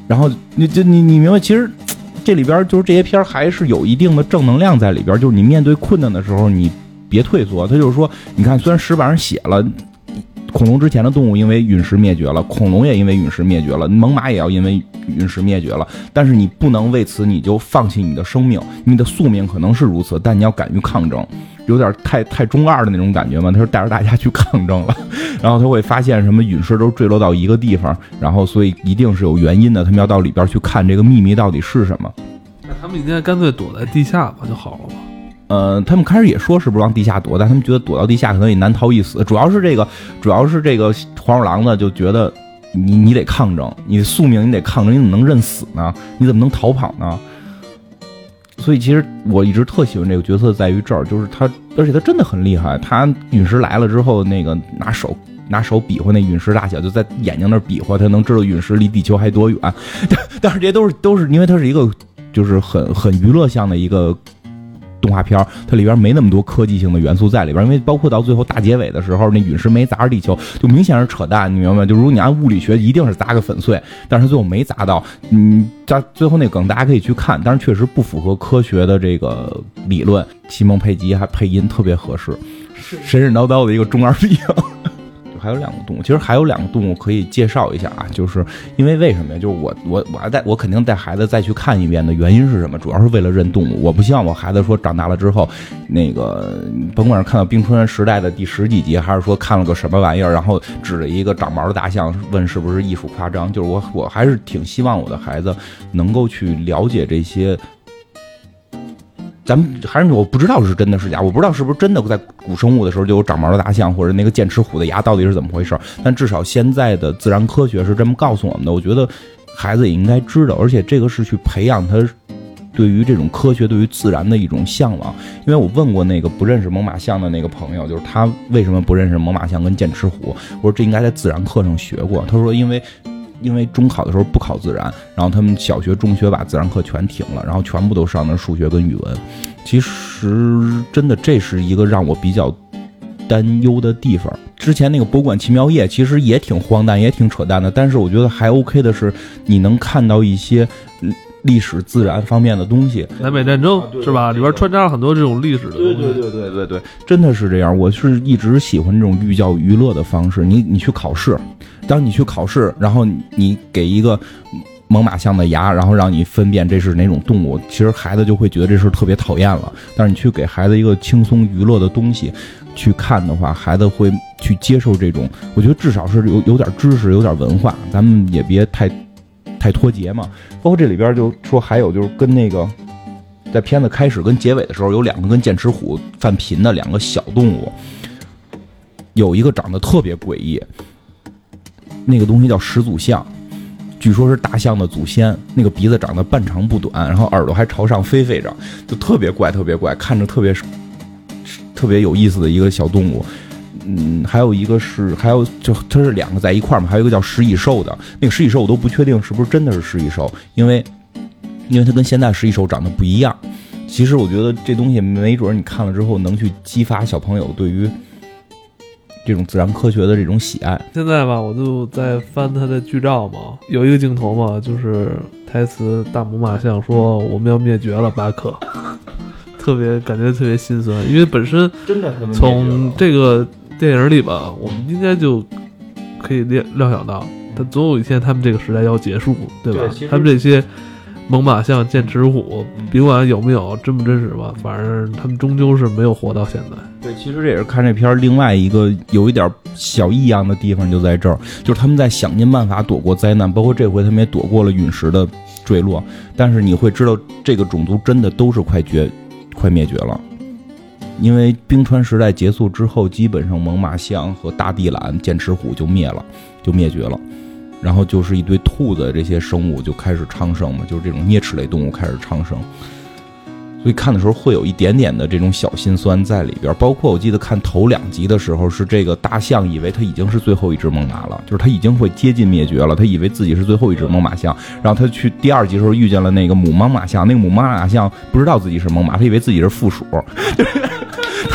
然后你明白，其实这里边就是这些片还是有一定的正能量在里边，就是你面对困难的时候，你别退缩。他就是说，你看，虽然石板上写了。恐龙之前的动物因为陨石灭绝了，恐龙也因为陨石灭绝了，猛犸也要因为陨石灭绝了。但是你不能为此你就放弃你的生命，你的宿命可能是如此，但你要敢于抗争。有点太中二的那种感觉嘛，他是带着大家去抗争了，然后他会发现什么陨石都坠落到一个地方，然后所以一定是有原因的，他们要到里边去看这个秘密到底是什么。 那他们应该干脆躲在地下吧就好了吧。 他们开始也说是不是往地下躲，但他们觉得躲到地下可能也难逃一死。主要是这个黄鼠狼呢，就觉得你得抗争，你的宿命你得抗争，你怎么能认死呢？你怎么能逃跑呢？所以其实我一直特喜欢这个角色，在于这儿，就是他，而且他真的很厉害。他陨石来了之后，那个拿手比划那陨石大小，就在眼睛那儿比划，他能知道陨石离地球还多远。但是这些都是因为它是一个就是很娱乐向的一个动画片，它里边没那么多科技性的元素在里边，因为包括到最后大结尾的时候，那陨石没砸着地球，就明显是扯淡，你明白吗？就如果你按物理学，一定是砸个粉碎，但是最后没砸到。最后那个梗大家可以去看，但是确实不符合科学的这个理论。西蒙佩吉还配音特别合适，神神叨叨的一个中二病。还有两个动物，其实还有两个动物可以介绍一下啊，就是因为什么呀？就是我肯定带孩子再去看一遍的原因是什么？主要是为了认动物。我不希望我孩子说长大了之后，那个甭管是看到冰川时代的第10几集，还是说看了个什么玩意儿，然后指着一个长毛的大象问是不是艺术夸张。就是我还是挺希望我的孩子能够去了解这些。咱们还是我不知道是真的是假，我不知道是不是真的在古生物的时候就有长毛的大象或者那个剑齿虎的牙到底是怎么回事，但至少现在的自然科学是这么告诉我们的。我觉得孩子也应该知道，而且这个是去培养他对于这种科学对于自然的一种向往。因为我问过那个不认识猛犸象的那个朋友，就是他为什么不认识猛犸象跟剑齿虎，我说这应该在自然课上学过。他说因为中考的时候不考自然，然后他们小学中学把自然课全停了，然后全部都上的数学跟语文。其实真的这是一个让我比较担忧的地方。之前那个博物馆奇妙夜其实也挺荒诞也挺扯淡的，但是我觉得还 OK 的是你能看到一些历史自然方面的东西。 南北战争是吧？里边穿插了很多这种历史的东西。 对，真的是这样。我是一直喜欢这种寓教于乐的方式。你去考试，当你去考试，然后你给一个猛犸象的牙，然后让你分辨这是哪种动物，其实孩子就会觉得这事特别讨厌了。但是你去给孩子一个轻松娱乐的东西去看的话，孩子会去接受这种，我觉得至少是有点知识有点文化，咱们也别太脱节嘛。包括这里边就说还有就是跟那个在片子开始跟结尾的时候，有两个跟剑齿虎犯贫的两个小动物，有一个长得特别诡异，那个东西叫始祖象，据说是大象的祖先，那个鼻子长得半长不短，然后耳朵还朝上飞着，就特别怪，看着特别有意思的一个小动物。还有一个是，就它是两个在一块嘛，还有一个叫食蚁兽的，那个食蚁兽我都不确定是不是真的是食蚁兽，因为它跟现在食蚁兽长得不一样。其实我觉得这东西没准你看了之后能去激发小朋友对于这种自然科学的这种喜爱。 现在吧，我就在翻他的剧照嘛，有一个镜头嘛，就是台词大猛犸象说我们要灭绝了巴克，感觉特别心酸，因为本身真的从这个电影里吧，我们应该就可以料想到，但总有一天他们这个时代要结束，对吧？他们这些猛犸象、剑齿虎，别管有没有真不真实吧，反正他们终究是没有活到现在。 对，其实这也是看这片另外一个有一点小异样的地方就在这儿，就是他们在想尽办法躲过灾难，包括这回他们也躲过了陨石的坠落，但是你会知道这个种族真的都是快灭绝了。因为冰川时代结束之后，基本上猛犸象和大地懒、剑齿虎就灭绝了，然后就是一堆兔子这些生物就开始昌盛嘛，就是这种啮齿类动物开始昌盛，所以看的时候会有一点点的这种小心酸在里边。包括我记得看头2集的时候，是这个大象以为它已经是最后一只猛犸了，就是它已经会接近灭绝了，它以为自己是最后一只猛犸象，然后它去第2集的时候遇见了那个母猛犸象，那个母猛犸象不知道自己是猛犸，它以为自己是附属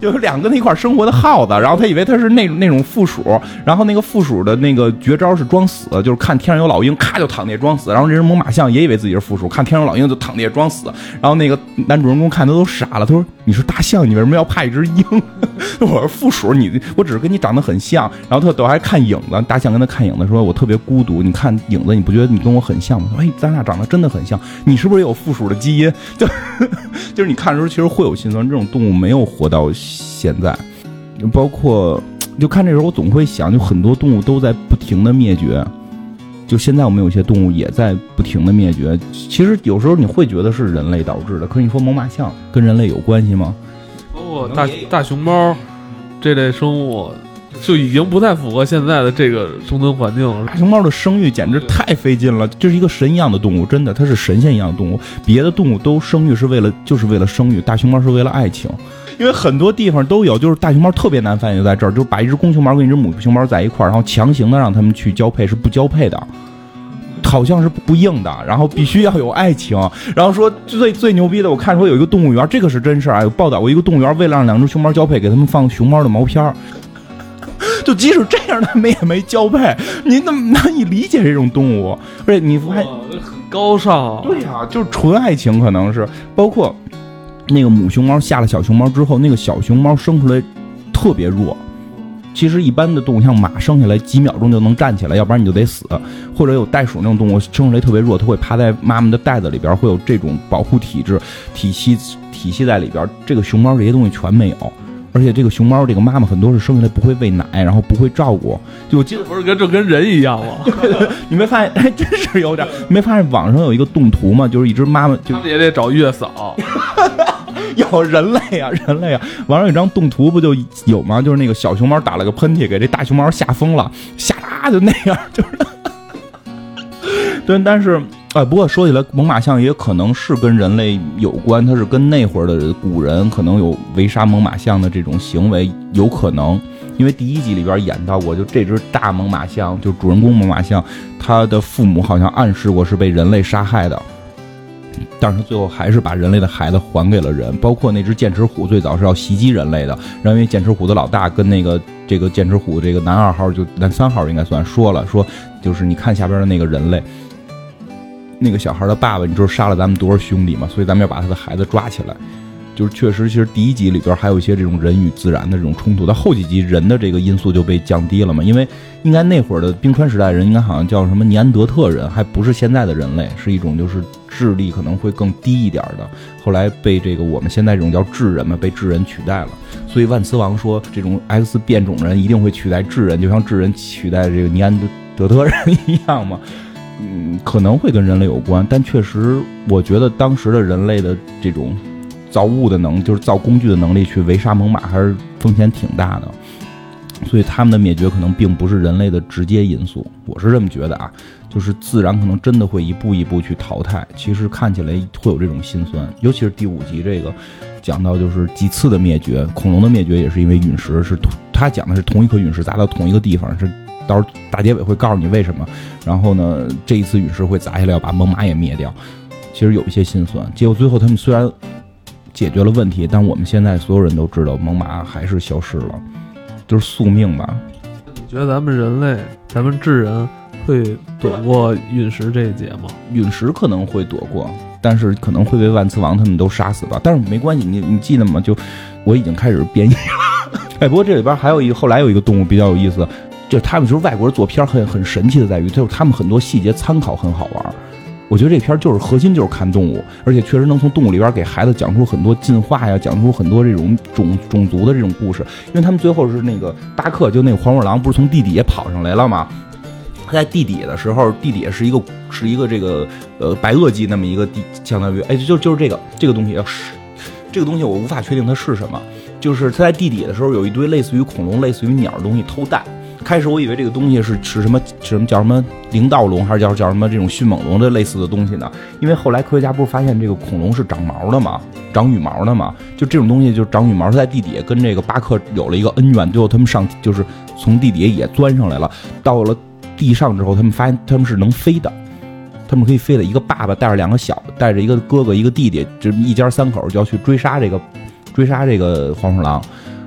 就有2个跟他一块生活的耗子，然后他以为他是那种附属，然后那个附属的那个绝招是装死，就是看天上有老鹰，咔就躺地装死，然后这只猛犸象也以为自己是附属，看天上有老鹰就躺地装死，然后那个男主人公看他都傻了，他说你是大象，你为什么要怕一只鹰？我是附属，我只是跟你长得很像，然后他都还看影子，大象跟他看影子说我特别孤独，你看影子你不觉得你跟我很像吗？说哎，咱俩长得真的很像，你是不是也有附属的基因？就是你看的时候其实会有心酸，这种动物没有活到现在，包括就看这时候我总会想，就很多动物都在不停的灭绝，就现在我们有些动物也在不停的灭绝。其实有时候你会觉得是人类导致的，可是你说猛犸象跟人类有关系吗？ 包括大熊猫这类生物就已经不太符合现在的这个生存环境了。 大熊猫的生育简直太费劲了，这是一个神一样的动物，真的，它是神仙一样的动物。别的动物都生育就是为了生育，大熊猫是为了爱情。因为很多地方都有，就是大熊猫特别难繁衍，就在这儿，就是把一只公熊猫跟一只母熊猫在一块儿，然后强行的让它们去交配，是不交配的。好像是不硬的，然后必须要有爱情，然后说最牛逼的，我看说有一个动物园，这个是真事啊，有报道过一个动物园为了让2只熊猫交配，给他们放熊猫的毛片儿，就即使这样他们也没交配，你怎么难以理解这种动物？而且你还很高尚， 对呀，就是纯爱情，可能是包括那个母熊猫下了小熊猫之后，那个小熊猫生出来特别弱。其实一般的动物像马生下来几秒钟就能站起来，要不然你就得死。或者有袋鼠那种动物生出来特别弱，它会趴在妈妈的袋子里边，会有这种保护体系在里边。这个熊猫这些东西全没有，而且这个熊猫这个妈妈很多是生下来不会喂奶，然后不会照顾。就我记得不是跟人一样吗？ 你没发现？哎，真是有点。你没发现网上有一个动图吗？就是一只妈妈，就也得找月嫂。 有人类啊！网上有张动图不就有吗？就是那个小熊猫打了个喷嚏，给这大熊猫吓疯了，吓啦就那样，就是。对，但是不过说起来，猛犸象也可能是跟人类有关，它是跟那会儿的古人可能有围杀猛犸象的这种行为，有可能。因为第1集里边演到过，就这只大猛犸象，就主人公猛犸象，他的父母好像暗示过是被人类杀害的。但是最后还是把人类的孩子还给了人，包括那只剑齿虎最早是要袭击人类的，然后因为剑齿虎的老大跟这个剑齿虎这个男2号就男3号应该算说了，说就是你看下边的那个人类，那个小孩的爸爸，你知道杀了咱们多少兄弟吗？所以咱们要把他的孩子抓起来。就是确实，其实第1集里边还有一些这种人与自然的这种冲突，到后几集人的这个因素就被降低了嘛，因为应该那会儿的冰川时代人应该好像叫什么尼安德特人，还不是现在的人类，是一种就是智力可能会更低一点的，后来被这个我们现在这种叫智人嘛，被智人取代了。所以万磁王说这种 X 变种人一定会取代智人，就像智人取代这个尼安德特人一样嘛。可能会跟人类有关，但确实我觉得当时的人类的这种造物的就是造工具的能力去围杀猛犸还是风险挺大的，所以他们的灭绝可能并不是人类的直接因素，我是这么觉得啊，就是自然可能真的会一步一步去淘汰，其实看起来会有这种心酸，尤其是第5集这个讲到就是几次的灭绝，恐龙的灭绝也是因为陨石，是他讲的是同一颗陨石砸到同一个地方，是到时候大结尾会告诉你为什么，然后呢这一次陨石会砸下来要把猛犸也灭掉，其实有一些心酸，结果最后他们虽然解决了问题，但我们现在所有人都知道猛犸还是消失了，就是宿命吧。 你觉得咱们人类咱们智人会躲过陨石这一劫吗？ 陨石可能会躲过，但是可能会被万磁王他们都杀死吧，但是没关系，你记得吗？就我已经开始变异了。哎，不过这里边还有后来有一个动物比较有意思，就是他们就是外国人做片很神奇的在于，就是他们很多细节参考很好玩。我觉得这片就是核心就是看动物，而且确实能从动物里边给孩子讲出很多进化呀，讲出很多这种种族的这种故事。因为他们最后是那个巴克，就那个黄鼠狼不是从地底下跑上来了吗？在地底的时候，地底下是一个这个白垩纪那么一个相当于就是这个东西这个东西我无法确定它是什么，就是它在地底的时候有一堆类似于恐龙类似于鸟的东西偷蛋。开始我以为这个东西是什么叫什么灵盗龙，还是叫什么这种迅猛龙的类似的东西呢？因为后来科学家不是发现这个恐龙是长毛的嘛，长羽毛的嘛，就这种东西就长羽毛，它在地底下跟这个巴克有了一个恩怨，最后他们就是从地底下也钻上来了，到了地上之后，他们发现他们是能飞的，他们可以飞的。一个爸爸带着2个小，带着一个哥哥一个弟弟，这一家3口就要去追杀这个黄鼠狼。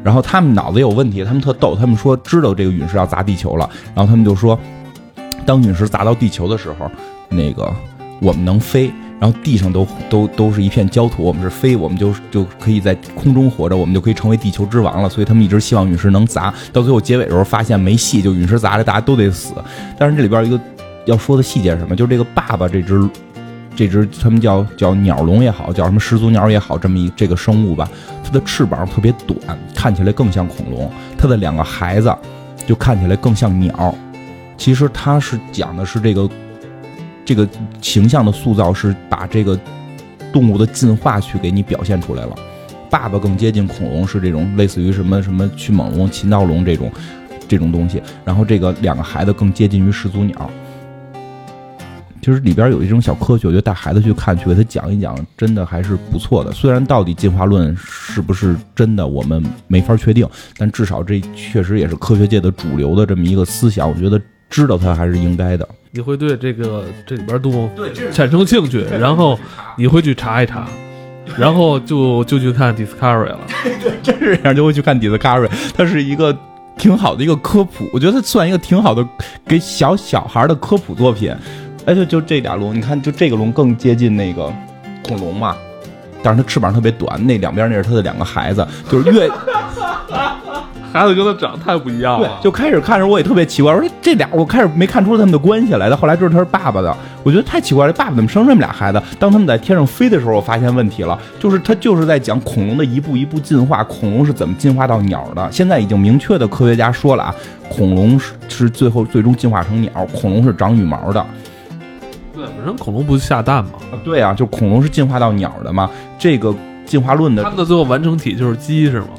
然后他们脑子有问题，他们特逗，他们说知道这个陨石要砸地球了，然后他们就说，当陨石砸到地球的时候，那个我们能飞。然后地上都是一片焦土，我们是飞，我们就可以在空中活着，我们就可以成为地球之王了。所以他们一直希望陨石能砸，到最后结尾的时候发现没戏，就陨石砸了，大家都得死。但是这里边一个要说的细节是什么？就是这个爸爸这只他们叫鸟龙也好，叫什么始祖鸟也好，这个生物吧，它的翅膀特别短，看起来更像恐龙。它的2个孩子就看起来更像鸟。其实它是讲的是这个形象的塑造是把这个动物的进化去给你表现出来了。爸爸更接近恐龙，是这种类似于什么迅猛龙、禽盗龙这种东西，然后这个2个孩子更接近于始祖鸟。其实里边有一种小科学，我觉得带孩子去看，去给他讲一讲，真的还是不错的。虽然到底进化论是不是真的我们没法确定，但至少这确实也是科学界的主流的这么一个思想，我觉得知道它还是应该的。 你会对这里边动物产生兴趣，然后你会去查一查，然后就去看 Discovery 了。 对，真是这样，就会去看 Discovery， 它是一个挺好的一个科普，我觉得它算一个挺好的给小孩的科普作品。哎，就这俩龙，你看，就这个龙更接近那个恐龙嘛，但是它翅膀特别短，那两边那是它的2个孩子，就是越孩子跟他长太不一样了。 对，就开始看着我也特别奇怪，我说这俩我开始没看出他们的关系来的，后来知道他是爸爸的，我觉得太奇怪了，爸爸怎么生这么俩孩子？当他们在天上飞的时候，我发现问题了，就是他就是在讲恐龙的一步一步进化，恐龙是怎么进化到鸟的。现在已经明确的科学家说了啊，恐龙是最终进化成鸟，恐龙是长羽毛的。 对，本身恐龙不是下蛋吗？ 对啊，就恐龙是进化到鸟的嘛。这个进化论的， 他们的最后完成体就是鸡是吗？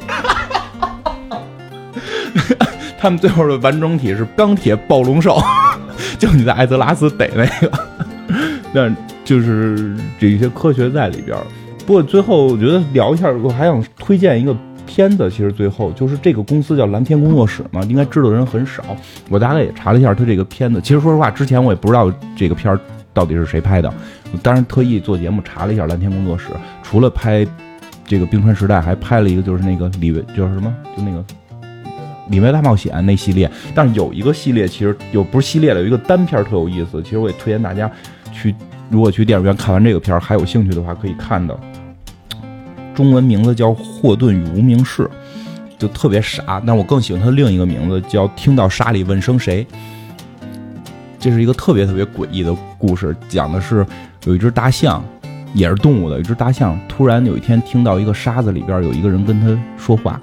他们最后的完整体是钢铁暴龙兽，就你在艾泽拉斯逮那个，但就是这一些科学在里边。不过最后我觉得聊一下，我还想推荐一个片子，其实最后就是这个公司叫蓝天工作室嘛，应该知道的人很少。我大概也查了一下他这个片子，其实说实话，之前我也不知道这个片儿到底是谁拍的，我当然特意做节目查了一下蓝天工作室，除了拍这个冰川时代，还拍了一个就是那个就是什么，就那个里面大冒险那系列。但是有一个系列其实不是系列了，有一个单片特有意思，其实我也推荐大家去，如果去电影院看完这个片还有兴趣的话可以看的。中文名字叫《霍顿与无名氏》，就特别傻，但我更喜欢它另一个名字叫《听到沙里问声谁》。这是一个特别特别诡异的故事，讲的是有一只大象，也是动物的，有一只大象突然有一天听到一个沙子里边有一个人跟他说话。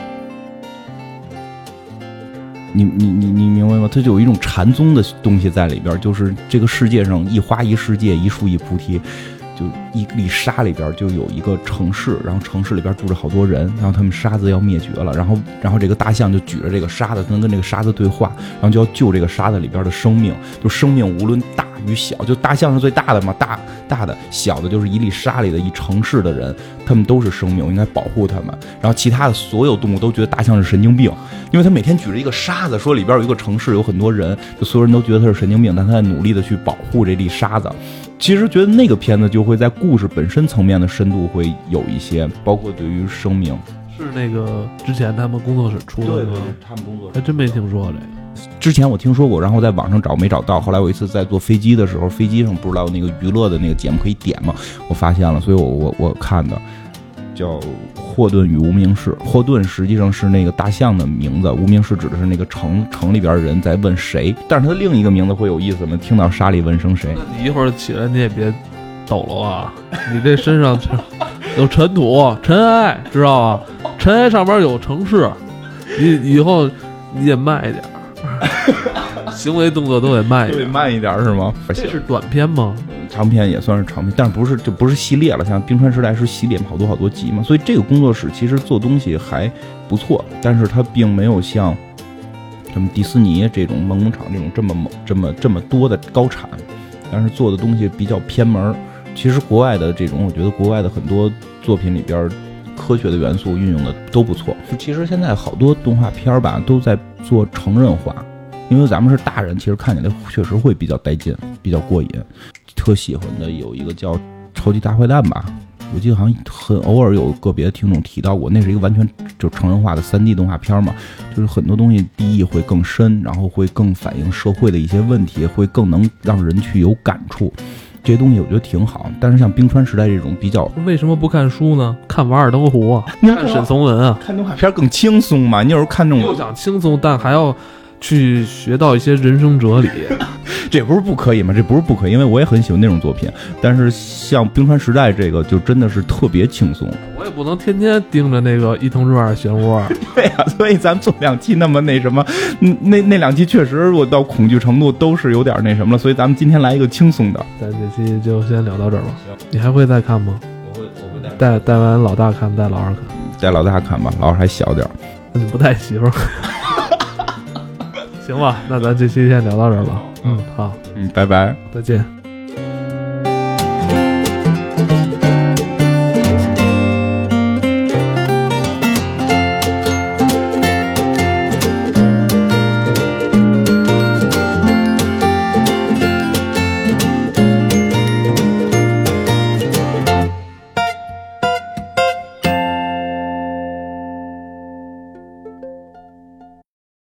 你明白吗？它就有一种禅宗的东西在里边，就是这个世界上一花一世界，一树一菩提。就一粒沙里边就有一个城市，然后城市里边住着好多人，然后他们沙子要灭绝了，然后这个大象就举着这个沙子跟这个沙子对话，然后就要救这个沙子里边的生命，就生命无论大与小，就大象是最大的嘛，大的，小的就是一粒沙里的一城市的人，他们都是生命，应该保护他们。然后其他的所有动物都觉得大象是神经病，因为他每天举着一个沙子，说里边有一个城市有很多人，就所有人都觉得他是神经病，但他在努力的去保护这粒沙子。其实觉得那个片子就会在故事本身层面的深度会有一些，包括对于生命。 是那个之前他们工作室出的吗？ 对，他们工作室还真没听说这个。 之前我听说过，然后在网上找没找到，后来我一次在坐飞机的时候，飞机上不知道那个娱乐的那个节目可以点嘛，我发现了，所以我看的叫霍顿与无名氏。霍顿实际上是那个大象的名字，无名氏指的是那个城里边的人在问谁，但是他另一个名字会有意思吗？听到沙里问声谁。 那你一会儿起来你也别抖了啊，你这身上有尘土尘埃，知道吧？尘埃上边有城市，你以后你得慢一点行为动作都得慢一点。 对，慢一点是吗？ 这是短片吗？ 长片也算是长片，但是不是系列了，像冰川时代是系列好多集嘛，所以这个工作室其实做东西还不错，但是它并没有像什么迪士尼这种梦工厂这种这么多的高产，但是做的东西比较偏门。其实国外的这种，我觉得国外的很多作品里边科学的元素运用的都不错。其实现在好多动画片吧都在做成人化，因为咱们是大人，其实看起来确实会比较带劲，比较过瘾。特喜欢的有一个叫超级大坏蛋吧， 我记得好像很偶尔有个别的听众提到过，那是一个完全就成人化的3D 动画片嘛，就是很多东西意义会更深，然后会更反映社会的一些问题，会更能让人去有感触。这些东西我觉得挺好，但是像冰川时代这种比较， 为什么不看书呢？看《瓦尔登湖》啊， 你看沈从文啊， 看动画片更轻松嘛。你有时候看这种又想轻松，但还要去学到一些人生哲理。 这不是不可以吗？这不是不可以，因为我也很喜欢那种作品。但是像冰川时代这个，就真的是特别轻松。 我也不能天天盯着那个伊藤润二漩涡。 对呀、所以咱们做2期那么那什么，那2期确实我到恐惧程度都是有点那什么了。所以咱们今天来一个轻松的。 咱这期就先聊到这儿吧。你还会再看吗？ 我会带完老大看，带老二看。 带老大看吧，老二还小点儿。 那你不带媳妇儿？行吧，那咱这期先聊到这儿吧。好， 拜拜。 再见。